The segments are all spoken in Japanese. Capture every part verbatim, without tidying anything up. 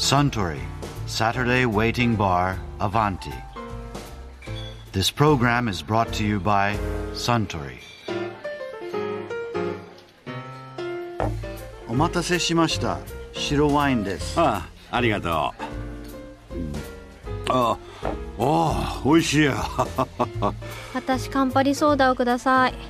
Suntory Saturday Waiting Bar Avanti. This program is brought to you by Suntory. お待たせしました。白ワインです。 ああ、ありがとう。ああ、おいしいや。 私カンパリソーダをください。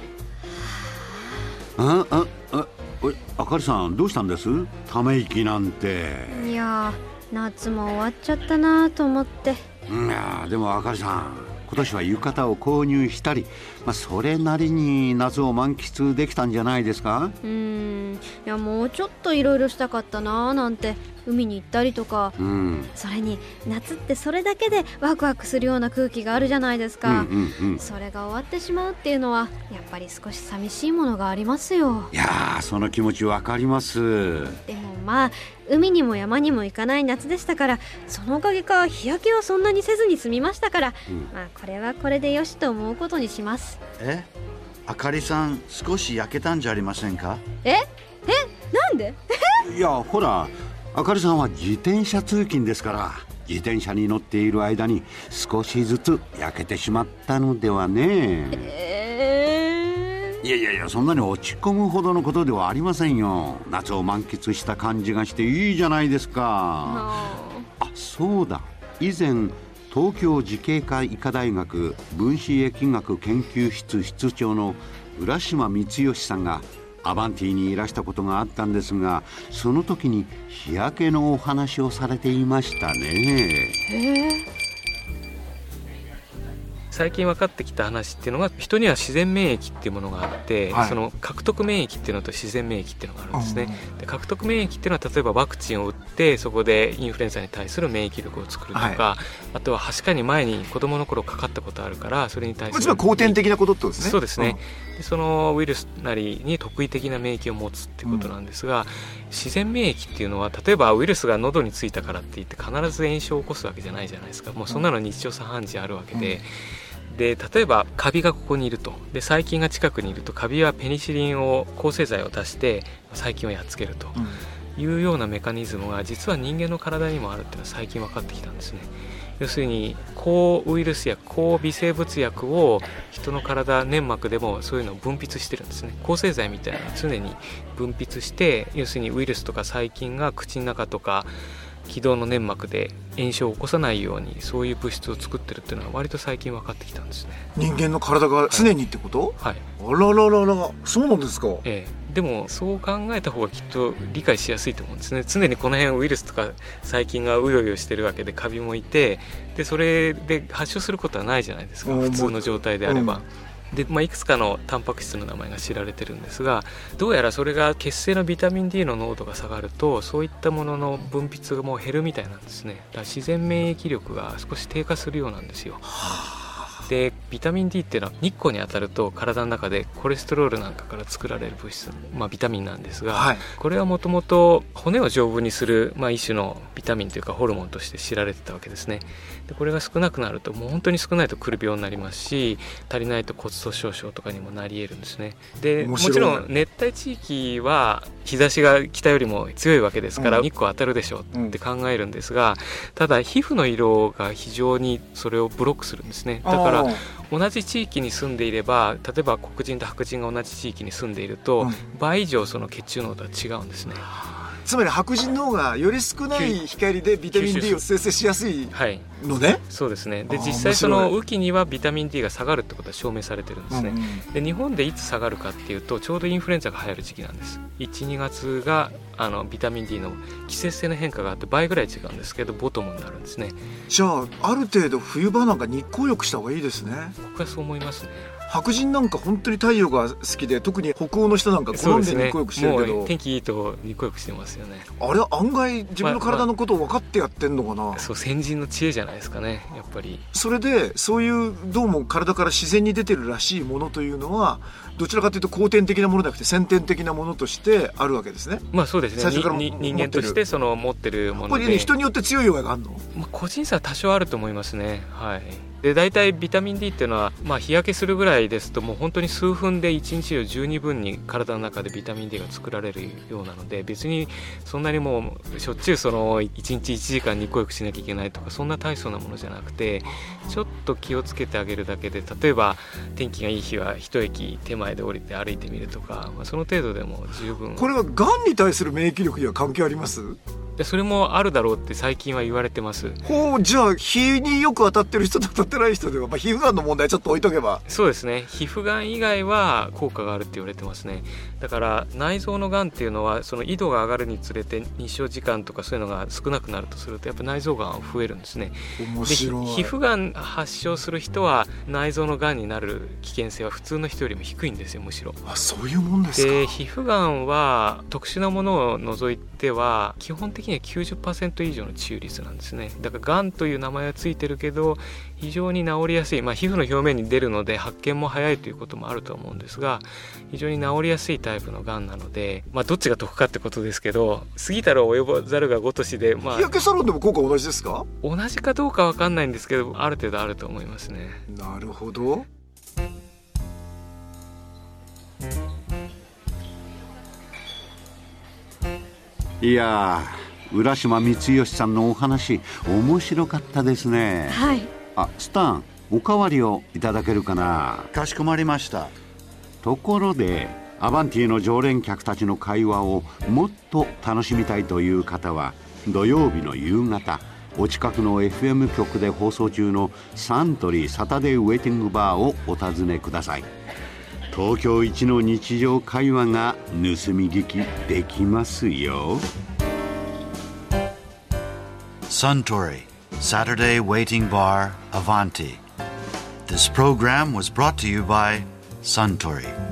ああああかりさん、どうしたんです？ため息なんて。 いや、夏も終わっちゃったなと思って。 いやでもあかりさん、今年は浴衣を購入したり、まあ、それなりに夏を満喫できたんじゃないですか？ うーん、いやもうちょっといろいろしたかったななんて、海に行ったりとか、うん、それに夏ってそれだけでワクワクするような空気があるじゃないですか、うんうんうん、それが終わってしまうっていうのはやっぱり少し寂しいものがありますよ。 いやー、その気持ちわかります。 でもまあ海にも山にも行かない夏でしたから、そのおかげか日焼けはそんなにせずに済みましたから、うん、まあこれはこれでよしと思うことにします。 え、あかりさん少し焼けたんじゃありませんか？ ええ、なんで？ いやほら、あかりさんは自転車通勤ですから、自転車に乗っている間に少しずつ焼けてしまったのではね。えー、いやいやいや、そんなに落ち込むほどのことではありませんよ。夏を満喫した感じがしていいじゃないですか。あ、そうだ、以前東京慈恵会医科大学分子疫学研究室室長の浦島光義さんがアバンティにいらしたことがあったんですが、その時に日焼けのお話をされていましたね。へー。 最近分かってきた話っていうのが、人には自然免疫っていうものがあって、はい、その獲得免疫っていうのと自然免疫っていうのがあるんですね。で、獲得免疫っていうのは例えばワクチンを打ってそこでインフルエンザに対する免疫力を作るとか、はい、あとははしかに前に子供の頃かかったことあるからそれに対する、 つまり後天的なことってことですね。 そうですね、うん、でそのウイルスなりに特異的な免疫を持つっていうことなんですが、うん、自然免疫っていうのは例えばウイルスが喉についたからって言って必ず炎症を起こすわけじゃないじゃないですか。もうそんなの日常茶飯事あるわけで、うんで例えばカビがここにいると、で細菌が近くにいると、カビはペニシリンを抗生剤を出して細菌をやっつけるというようなメカニズムが実は人間の体にもあるっていうのは最近分かってきたんですね。要するに抗ウイルス薬、抗微生物薬を人の体粘膜でもそういうのを分泌してるんですね。抗生剤みたいなのを常に分泌して、要するにウイルスとか細菌が口の中とか気道の粘膜で炎症を起こさないようにそういう物質を作ってるっていうのは割と最近分かってきたんですね。 人間の体が常にってこと？ はい、 あらららら、そうなんですか。 ええ、でもそう考えた方がきっと理解しやすいと思うんですね。常にこの辺ウイルスとか細菌がうようよしてるわけで、カビもいて、でそれで発症することはないじゃないですか、普通の状態であれば、うんでまあ、いくつかのタンパク質の名前が知られてるんですが、どうやらそれが血清のビタミン D の濃度が下がるとそういったものの分泌がもう減るみたいなんですね。だから自然免疫力が少し低下するようなんですよ。でビタミン D っていうのは日光に当たると体の中でコレステロールなんかから作られる物質、まあ、ビタミンなんですが、はい、これはもともと骨を丈夫にする、まあ、一種のビタミンというかホルモンとして知られてたわけですね。でこれが少なくなるともう本当に少ないとくる病になりますし、足りないと骨粗しょう症とかにもなり得るんですね。でもちろん熱帯地域は日差しが北よりも強いわけですから、うん、日光当たるでしょうって考えるんですが、ただ皮膚の色が非常にそれをブロックするんですね。だから同じ地域に住んでいれば、例えば黒人と白人が同じ地域に住んでいると、うん、倍以上その血中濃度は違うんですね。 つまり白人の方がより少ない光でビタミン D を生成しやすいのね、 はい、そうですね。で実際その雨季にはビタミン D が下がるってことは証明されてるんですね、うんうん、で日本でいつ下がるかっていうとちょうどインフルエンザが流行る時期なんです。いち、にがつがあのビタミン D の季節性の変化があって倍ぐらい違うんですけどボトムになるんですね。 じゃあある程度冬場なんか日光浴した方がいいですね。 僕はそう思いますね。 白人なんか本当に太陽が好きで、特に北欧の人なんか好んで日光浴してるけど、ね、 もう天気いいと日光浴してますよね。 あれ案外自分の体のことを分かってやってんのかな、まあまあ、 そう先人の知恵じゃないですかねやっぱり。 それでそういうどうも体から自然に出てるらしいものというのはどちらかというと後天的なものじゃなくて先天的なものとしてあるわけですね。 まあそうですね。最初からに人間としてその持ってるもので、 やっぱり、ね、人によって強い弱いがあるの、 まあ、個人差は多少あると思いますね。はい。 で大体ビタミン D っていうのは、まあ、日焼けするぐらいですともう本当に数分でいちにち量十二分に体の中でビタミン D が作られるようなので、別にそんなにもうしょっちゅうそのいちにちいちじかん日光浴しなきゃいけないとかそんな大層なものじゃなくて、ちょっと気をつけてあげるだけで、例えば天気がいい日は一駅手前で降りて歩いてみるとか、まあ、その程度でも十分。 これはがんに対する免疫力には関係あります？ でそれもあるだろうって最近は言われてます。 ほう、じゃあ日によく当たってる人と当たってない人では、まあ、皮膚がんの問題ちょっと置いとけば。 そうですね、皮膚がん以外は効果があるって言われてますね。だから内臓のがんっていうのはその緯度が上がるにつれて日照時間とかそういうのが少なくなるとするとやっぱ内臓がんは増えるんですね。 面白い。 で皮膚がん発症する人は内臓のがんになる危険性は普通の人よりも低いんですよ、むしろ。 あ、そういうもんですか。 で皮膚がんは特殊なものを除いては基本的には きゅうじゅっパーセント 以上の治癒率なんですね。だからがんという名前はついてるけど非常に治りやすい、まあ、皮膚の表面に出るので発見も早いということもあると思うんですが、非常に治りやすいタイプのがんなので、まあ、どっちが得かってことですけど、過ぎたら及ばざるが如しで、まあ、 日焼けサロンでも効果同じですか？ 同じかどうか分かんないんですけどある程度あると思いますね。 なるほど。 いやー、浦島光義さんのお話面白かったですね。 はい。 あ、スタン、おかわりをいただけるかな。 かしこまりました。 ところでアバンティの常連客たちの会話をもっと楽しみたいという方は土曜日の夕方お近くの エフエム 局で放送中のサントリーサタデーウェイティングバーをお尋ねください。東京一の日常会話が盗み聞きできますよ。 Suntory Saturday Waiting Bar Avanti. This program was brought to you by Suntory.